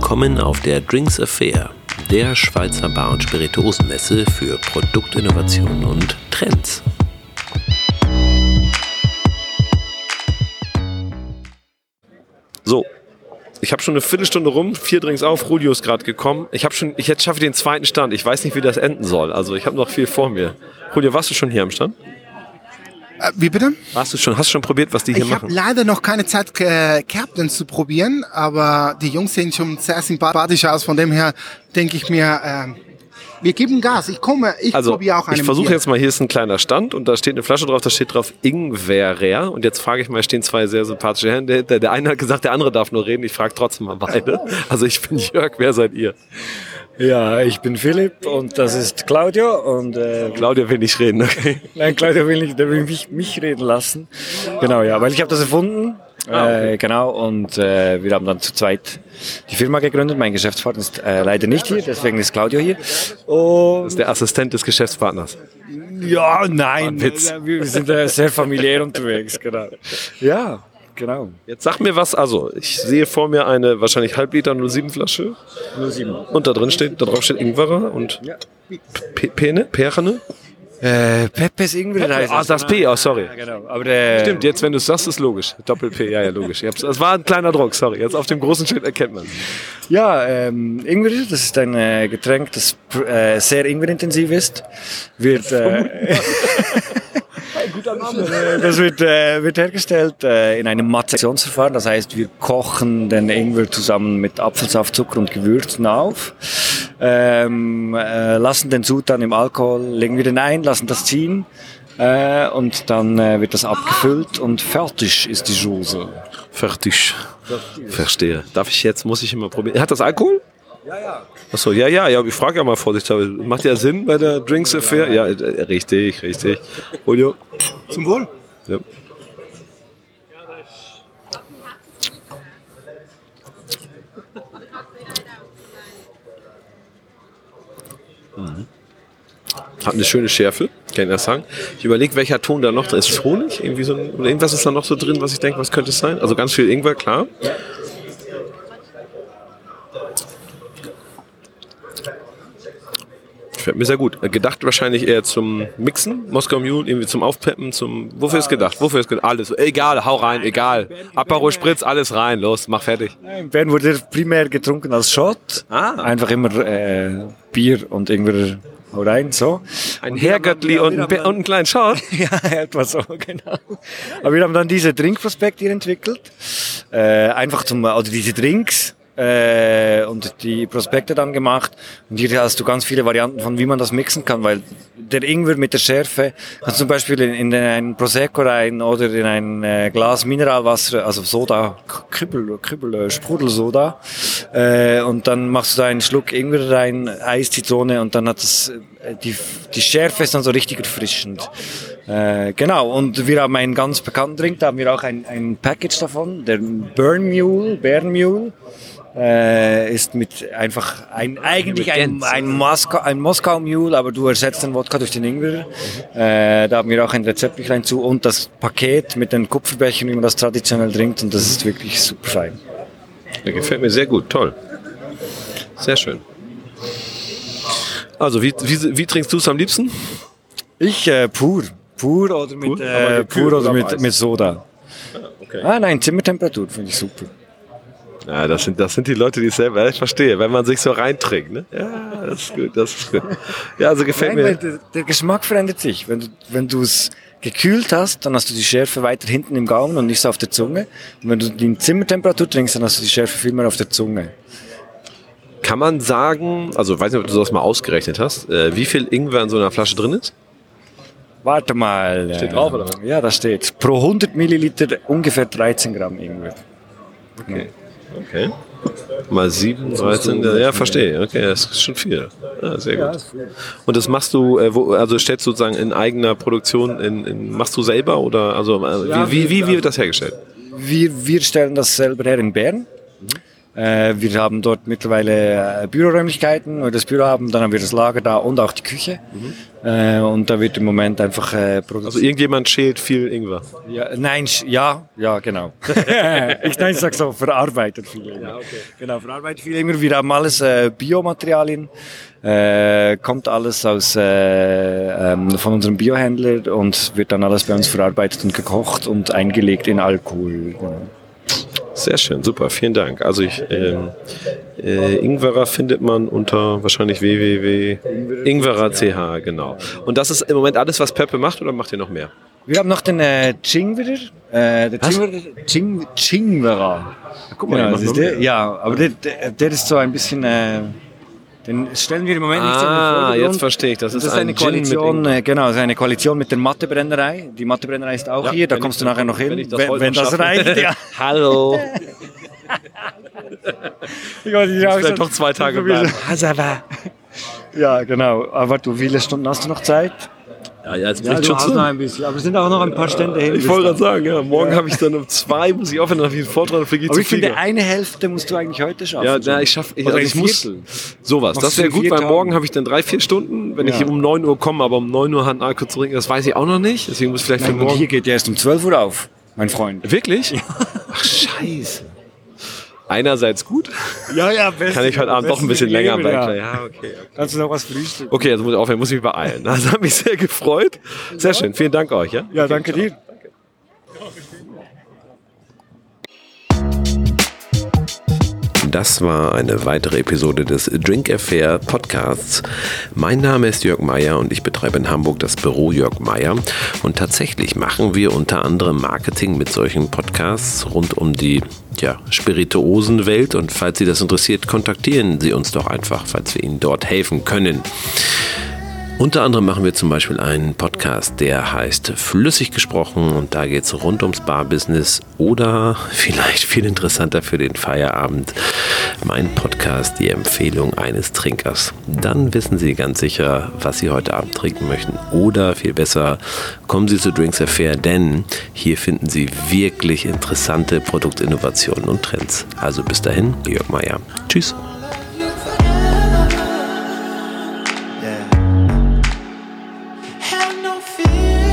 Willkommen auf der Drinks Affair, der Schweizer Bar- und Spirituosenmesse für Produktinnovationen und Trends. So, ich habe schon eine Viertelstunde rum, 4 Drinks auf, Julio ist gerade gekommen. Jetzt schaffe ich den zweiten Stand. Ich weiß nicht, wie das enden soll. Also ich habe noch viel vor mir. Julio, warst du schon hier am Stand? Wie bitte? Hast du schon probiert, was die hier machen? Ich habe leider noch keine Zeit gehabt, den zu probieren, aber die Jungs sehen schon sehr sympathisch aus. Von dem her denke ich mir, wir geben Gas. Ich probiere auch einen. Ich versuche jetzt mal, hier ist ein kleiner Stand und da steht eine Flasche drauf, da steht drauf Ingwerrea. Und jetzt frage ich mal, stehen zwei sehr sympathische Herren. Der eine hat gesagt, der andere darf nur reden. Ich frage trotzdem mal beide. Also ich bin Jörg, wer seid ihr? Ja, ich bin Philipp und das ist Claudio. Und Claudio will nicht reden, okay? Nein, Claudio will nicht, der will mich reden lassen. Genau, ja, weil ich habe das erfunden. Okay. Genau, und wir haben dann zu zweit die Firma gegründet. Mein Geschäftspartner ist leider nicht hier, deswegen ist Claudio hier. Und das ist der Assistent des Geschäftspartners. Ja, nein, wir sind sehr familiär unterwegs, genau. Ja, genau. Jetzt sag mir was, also ich sehe vor mir eine wahrscheinlich Halbliter 07 Flasche. 07. Und da drauf steht Ingwer und Perne. Peppes Ingwer heißt das. Das P, sorry. Ja, genau. Aber stimmt, jetzt wenn du es sagst, ist logisch. Doppel-P, ja, logisch. Das war ein kleiner Druck, sorry. Jetzt auf dem großen Schild erkennt man es. Ja, Ingwer, das ist ein Getränk, das sehr ingwerintensiv ist. Das wird hergestellt in einem Mazerationsverfahren. Das heißt, wir kochen den Ingwer zusammen mit Apfelsaft, Zucker und Gewürzen auf, lassen den Sud dann im Alkohol, legen wir den ein, lassen das ziehen und dann wird das abgefüllt und fertig ist die Chose. Fertig. Verstehe. Muss ich immer probieren. Hat das Alkohol? Ja. Achso, ja, ich frage ja mal vorsichtshalber. Macht ja Sinn bei der Drinks Affair? Ja, richtig. Julio? Zum Wohl. Ja. Hat eine schöne Schärfe, kann ich das sagen. Ich überlege, welcher Ton da noch drin ist. Honig? Oder irgendwas ist da noch so drin, was ich denke, was könnte es sein? Also ganz viel Ingwer, klar. Gefällt mir sehr gut. Gedacht wahrscheinlich eher zum Mixen, Moskau Mule, irgendwie zum Aufpeppen, wofür ist gedacht? Alles. Egal, hau rein, egal. Aperol Spritz, alles rein, los, mach fertig. In Bern wurde primär getrunken als Shot. Einfach immer Bier und Ingwer. Hau rein, so. Ein Herrgöttli und einen kleinen Shot. Ja, etwas so, genau. Aber wir haben dann diese Trinkprospekt hier entwickelt. Einfach diese Drinks. Und die Prospekte dann gemacht. Und hier hast du ganz viele Varianten von, wie man das mixen kann, weil der Ingwer mit der Schärfe kannst du zum Beispiel in einen Prosecco rein oder in ein Glas Mineralwasser, also Soda, Sprudelsoda. Und dann machst du da einen Schluck Ingwer rein, Eis, Zitrone und dann hat das, die Schärfe ist dann so richtig erfrischend. Genau, und wir haben einen ganz bekannten Drink, da haben wir auch ein Package davon, der Bärenmule. Ist mit einfach ein Moskau Mule, aber du ersetzt den Wodka durch den Ingwer. Da haben wir auch ein Rezeptbüchlein zu und das Paket mit den Kupferbechern, wie man das traditionell trinkt, und das ist wirklich super fein. Der gefällt mir sehr gut, toll. Sehr schön. Also, wie trinkst du es am liebsten? Ich pur oder mit Soda. Okay. Nein, Zimmertemperatur finde ich super. Ja, das sind die Leute, die es selber, ich verstehe, wenn man sich so reintrinkt, ne? Ja, das ist gut. Ja, also gefällt mir. Weil der Geschmack verändert sich. Wenn du es gekühlt hast, dann hast du die Schärfe weiter hinten im Gaumen und nicht so auf der Zunge. Und wenn du die in Zimmertemperatur trinkst, dann hast du die Schärfe viel mehr auf der Zunge. Kann man sagen, also ich weiß nicht, ob du das mal ausgerechnet hast, wie viel Ingwer in so einer Flasche drin ist? Warte mal. Steht drauf, oder? Ja, da steht. Pro 100 Milliliter ungefähr 13 Gramm Ingwer. Okay. Mal 7, 13, ja, verstehe. Okay, das ist schon viel. Ja, sehr gut. Und das machst du, also stellst du sozusagen in eigener Produktion, machst du selber oder, also wie wird das hergestellt? Wir stellen das selber her in Bern. Wir haben dort mittlerweile Büroräumlichkeiten, wo wir das Büro haben, dann haben wir das Lager da und auch die Küche. Und da wird im Moment einfach produziert. Also irgendjemand schält viel Ingwer. Ja, nein, ja, genau. Ich sag so, verarbeitet viel Ingwer. Ja, okay. Genau, verarbeitet viel Ingwer. Wir haben alles Biomaterialien. Kommt alles aus von unserem Biohändler und wird dann alles bei uns verarbeitet und gekocht und eingelegt in Alkohol. Genau. Sehr schön, super, vielen Dank. Also Ingwerer findet man unter wahrscheinlich www.ingwerer.ch, genau. Und das ist im Moment alles, was Peppe macht, oder macht ihr noch mehr? Wir haben noch den Chingwerer. Chingwerer. Guck mal, genau, ja, aber der ist so ein bisschen... Den stellen wir im Moment nicht in den Vordergrund. Jetzt verstehe ich. Das ist eine Koalition, genau, eine Koalition mit der Mattebrennerei. Die Mattebrennerei ist auch hier, da kommst du nachher noch hin, wenn das reicht. Ja. Hallo. Vielleicht doch 2 Tage bleiben. Ja, aber warte, wie viele Stunden hast du noch Zeit? Ja, jetzt bin ich schon noch ein bisschen, aber es sind auch noch ein paar Stände hin. Ich wollte gerade sagen, ja, morgen habe ich dann um 2, muss ich aufhören, dann habe ich einen Vortrag und fliege ich zu Flieger. Aber ich finde, eine Hälfte musst du eigentlich heute schaffen. Ja, ich muss sowas. Das wäre gut, weil morgen habe ich dann 3-4 Stunden, wenn ich um 9 Uhr komme, aber um 9 Uhr Hand kurz zu trinken, das weiß ich auch noch nicht. Deswegen muss ich vielleicht für morgen... Hier geht der erst um 12 Uhr auf, mein Freund. Wirklich? Ja. Ach, scheiße. Einerseits gut. Ja, besser. Kann ich heute Abend doch ein bisschen länger bleiben. Ja, okay. Kannst du noch was frühstücken? Okay, jetzt muss ich aufhören, muss mich beeilen. Das hat mich sehr gefreut. Sehr schön, vielen Dank euch. Ja, ja, danke dir. Das war eine weitere Episode des Drink Affair Podcasts. Mein Name ist Jörg Meier und ich betreibe in Hamburg das Büro Jörg Meier. Und tatsächlich machen wir unter anderem Marketing mit solchen Podcasts rund um die Spirituosenwelt. Und falls Sie das interessiert, kontaktieren Sie uns doch einfach, falls wir Ihnen dort helfen können. Unter anderem machen wir zum Beispiel einen Podcast, der heißt Flüssig gesprochen, und da geht es rund ums Barbusiness oder vielleicht viel interessanter für den Feierabend, mein Podcast, die Empfehlung eines Trinkers. Dann wissen Sie ganz sicher, was Sie heute Abend trinken möchten, oder viel besser, kommen Sie zu Drinks Affair, denn hier finden Sie wirklich interessante Produktinnovationen und Trends. Also bis dahin, Jörg Meier. Tschüss. Have no fear.